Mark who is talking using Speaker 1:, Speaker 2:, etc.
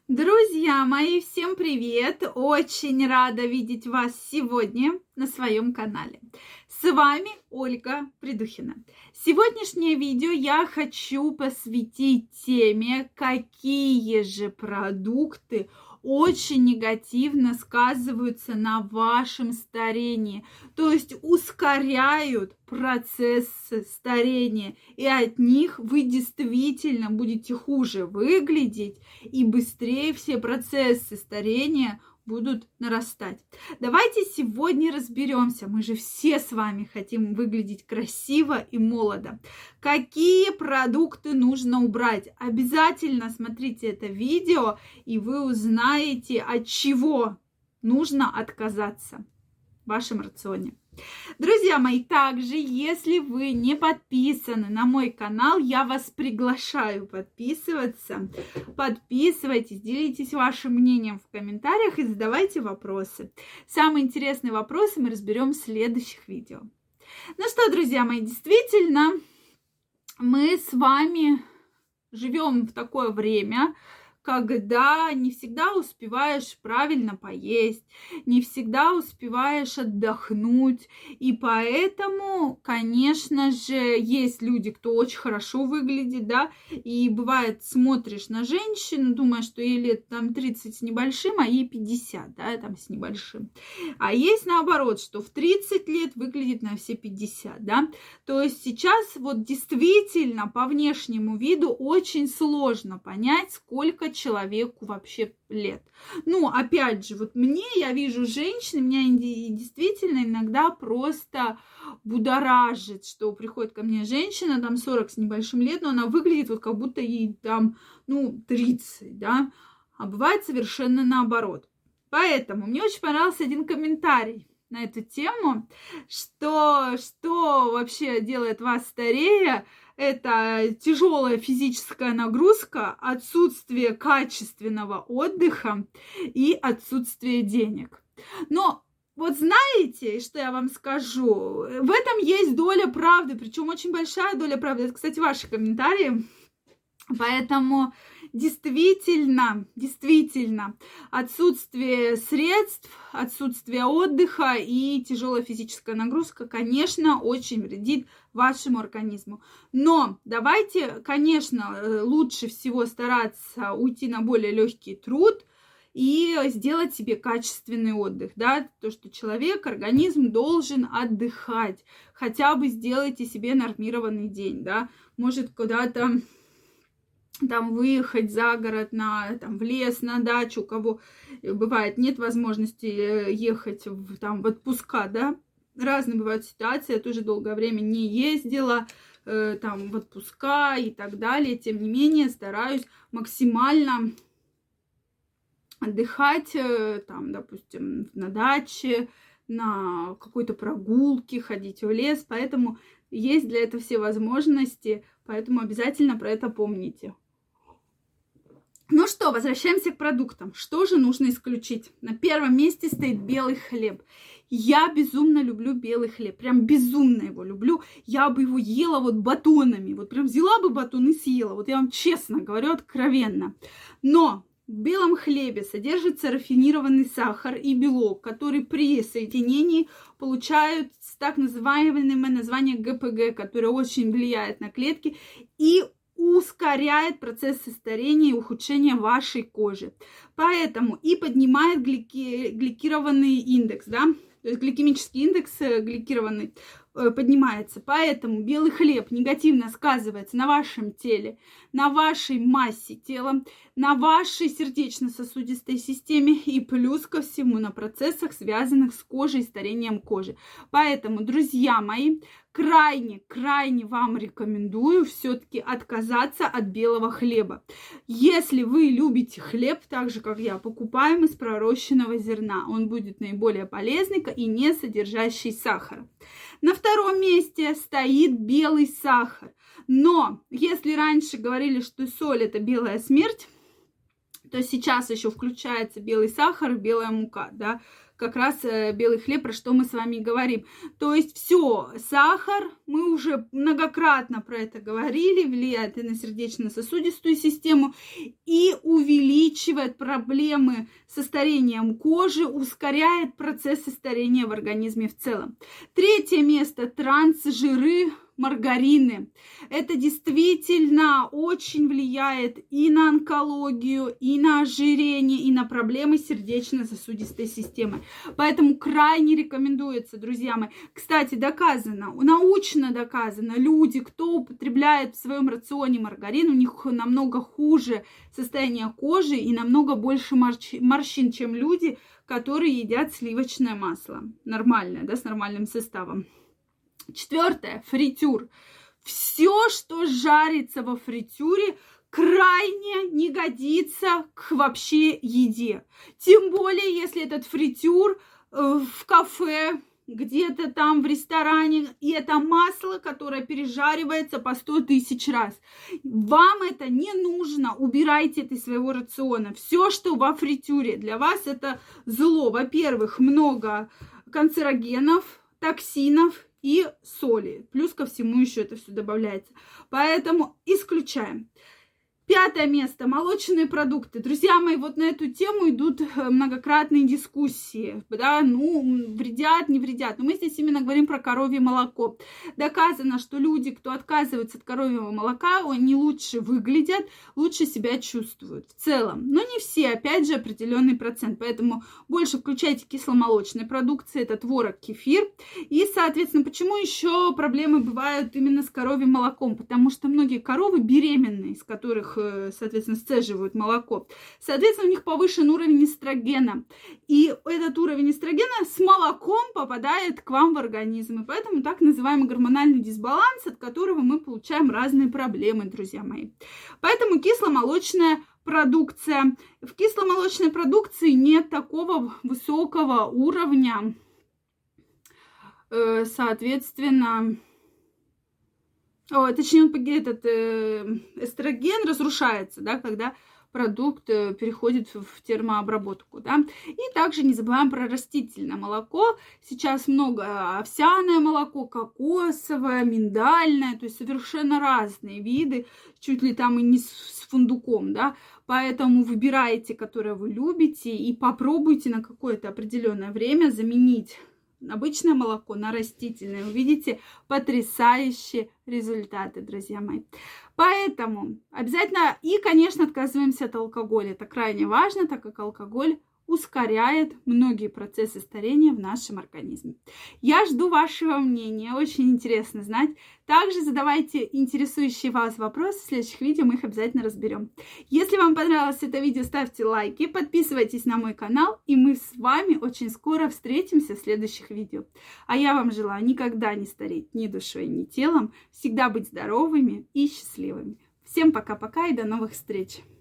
Speaker 1: Друзья мои, всем привет! Очень рада видеть вас сегодня на своем канале. С вами Ольга Придухина. Сегодняшнее видео я хочу посвятить теме, какие же продукты очень негативно сказываются на вашем старении, то есть ускоряют процесс старения, и от них вы действительно будете хуже выглядеть, и быстрее все процессы старения будут нарастать. Давайте сегодня разберемся. Мы же все с вами хотим выглядеть красиво и молодо. Какие продукты нужно убрать? Обязательно смотрите это видео, и вы узнаете, от чего нужно отказаться в вашем рационе. Друзья мои, также, если вы не подписаны на мой канал, я вас приглашаю подписываться. Подписывайтесь, делитесь вашим мнением в комментариях и задавайте вопросы. Самые интересные вопросы мы разберем в следующих видео. Ну что, друзья мои, действительно, мы с вами живем в такое время, когда не всегда успеваешь правильно поесть, не всегда успеваешь отдохнуть. И поэтому, конечно же, есть люди, кто очень хорошо выглядит, да, и бывает, смотришь на женщину, думаешь, что ей лет там 30 с небольшим, а ей 50, да, там с небольшим. А есть наоборот, что в 30 лет выглядит на все 50, да. То есть сейчас вот действительно по внешнему виду очень сложно понять, сколько человеку вообще лет. Ну, опять же, вот я вижу женщин, меня действительно иногда просто будоражит, что приходит ко мне женщина, там 40 с небольшим лет, но она выглядит вот как будто ей там, 30, да, а бывает совершенно наоборот. Поэтому мне очень понравился один комментарий на эту тему, что вообще делает вас старее. Это тяжелая физическая нагрузка, отсутствие качественного отдыха и отсутствие денег. Но вот знаете, что я вам скажу? В этом есть доля правды, причем очень большая доля правды. Это, кстати, ваши комментарии. Поэтому действительно, отсутствие средств, отсутствие отдыха и тяжелая физическая нагрузка, конечно, очень вредит вашему организму. Но давайте, конечно, лучше всего стараться уйти на более легкий труд и сделать себе качественный отдых, да, то, что человек, организм должен отдыхать. Хотя бы сделайте себе нормированный день, да, может куда-то там выехать за город, в лес, на дачу, у кого бывает нет возможности ехать в отпуска, да, разные бывают ситуации, я тоже долгое время не ездила в отпуска и так далее, тем не менее стараюсь максимально отдыхать, допустим, на даче, на какой-то прогулке, ходить в лес, поэтому есть для этого все возможности, поэтому обязательно про это помните. Ну что, возвращаемся к продуктам. Что же нужно исключить? На первом месте стоит белый хлеб. Я безумно люблю белый хлеб. Прям безумно его люблю. Я бы его ела батонами. Вот прям взяла бы батон и съела. Вот я вам честно говорю, откровенно. Но в белом хлебе содержится рафинированный сахар и белок, который при соединении получают так называемое название ГПГ, которое очень влияет на клетки и ускоряет процессы старения и ухудшения вашей кожи. Поэтому и поднимает гликированный индекс, да, то есть гликемический индекс гликированный поднимается. Поэтому белый хлеб негативно сказывается на вашем теле, на вашей массе тела, на вашей сердечно-сосудистой системе и плюс ко всему на процессах, связанных с кожей и старением кожи. Поэтому, друзья мои, крайне вам рекомендую все-таки отказаться от белого хлеба. Если вы любите хлеб, так же как я, покупаем из пророщенного зерна. Он будет наиболее полезный и не содержащий сахара. На втором месте стоит белый сахар. Но если раньше говорили, что соль – это белая смерть, то сейчас еще включается белый сахар и белая мука, да, как раз белый хлеб, про что мы с вами говорим. То есть все, сахар, мы уже многократно про это говорили, влияет и на сердечно-сосудистую систему, и увеличивает проблемы со старением кожи, ускоряет процессы старения в организме в целом. Третье место – трансжиры, маргарины. Это действительно очень влияет и на онкологию, и на ожирение, и на проблемы сердечно-сосудистой системы. Поэтому крайне рекомендуется, друзья мои. Кстати, доказано, научно доказано, люди, кто употребляет в своем рационе маргарин, у них намного хуже состояние кожи и намного больше морщин, чем люди, которые едят сливочное масло. Нормальное, да, с нормальным составом. Четвертое, фритюр. Все, что жарится во фритюре, крайне не годится к вообще еде. Тем более, если этот фритюр в кафе, где-то там в ресторане, и это масло, которое пережаривается по 100 тысяч раз. Вам это не нужно, убирайте это из своего рациона. Все, что во фритюре для вас, это зло. Во-первых, много канцерогенов, токсинов и соли. Плюс ко всему еще это все добавляется. Поэтому исключаем. Пятое место. Молочные продукты. Друзья мои, вот на эту тему идут многократные дискуссии. Да, вредят, не вредят. Но мы здесь именно говорим про коровье молоко. Доказано, что люди, кто отказывается от коровьего молока, они лучше выглядят, лучше себя чувствуют в целом. Но не все, опять же, определенный процент. Поэтому больше включайте кисломолочные продукции. Это творог, кефир. И, соответственно, почему еще проблемы бывают именно с коровьим молоком? Потому что многие коровы беременные, из которых соответственно, сцеживают молоко. Соответственно, у них повышен уровень эстрогена. И этот уровень эстрогена с молоком попадает к вам в организм. И поэтому так называемый гормональный дисбаланс, от которого мы получаем разные проблемы, друзья мои. Поэтому кисломолочная продукция. В кисломолочной продукции нет такого высокого уровня, соответственно, точнее, этот эстроген разрушается, да, когда продукт переходит в термообработку, да. И также не забываем про растительное молоко. Сейчас много овсяное молоко, кокосовое, миндальное, то есть совершенно разные виды, чуть ли там и не с фундуком, да. Поэтому выбирайте, которое вы любите, и попробуйте на какое-то определенное время заменить обычное молоко на растительное. Увидите потрясающие результаты, друзья мои. Поэтому обязательно и, конечно, отказываемся от алкоголя. Это крайне важно, так как алкоголь ускоряет многие процессы старения в нашем организме. Я жду вашего мнения, очень интересно знать. Также задавайте интересующие вас вопросы, в следующих видео мы их обязательно разберем. Если вам понравилось это видео, ставьте лайки, подписывайтесь на мой канал, и мы с вами очень скоро встретимся в следующих видео. А я вам желаю никогда не стареть ни душой, ни телом, всегда быть здоровыми и счастливыми. Всем пока-пока и до новых встреч!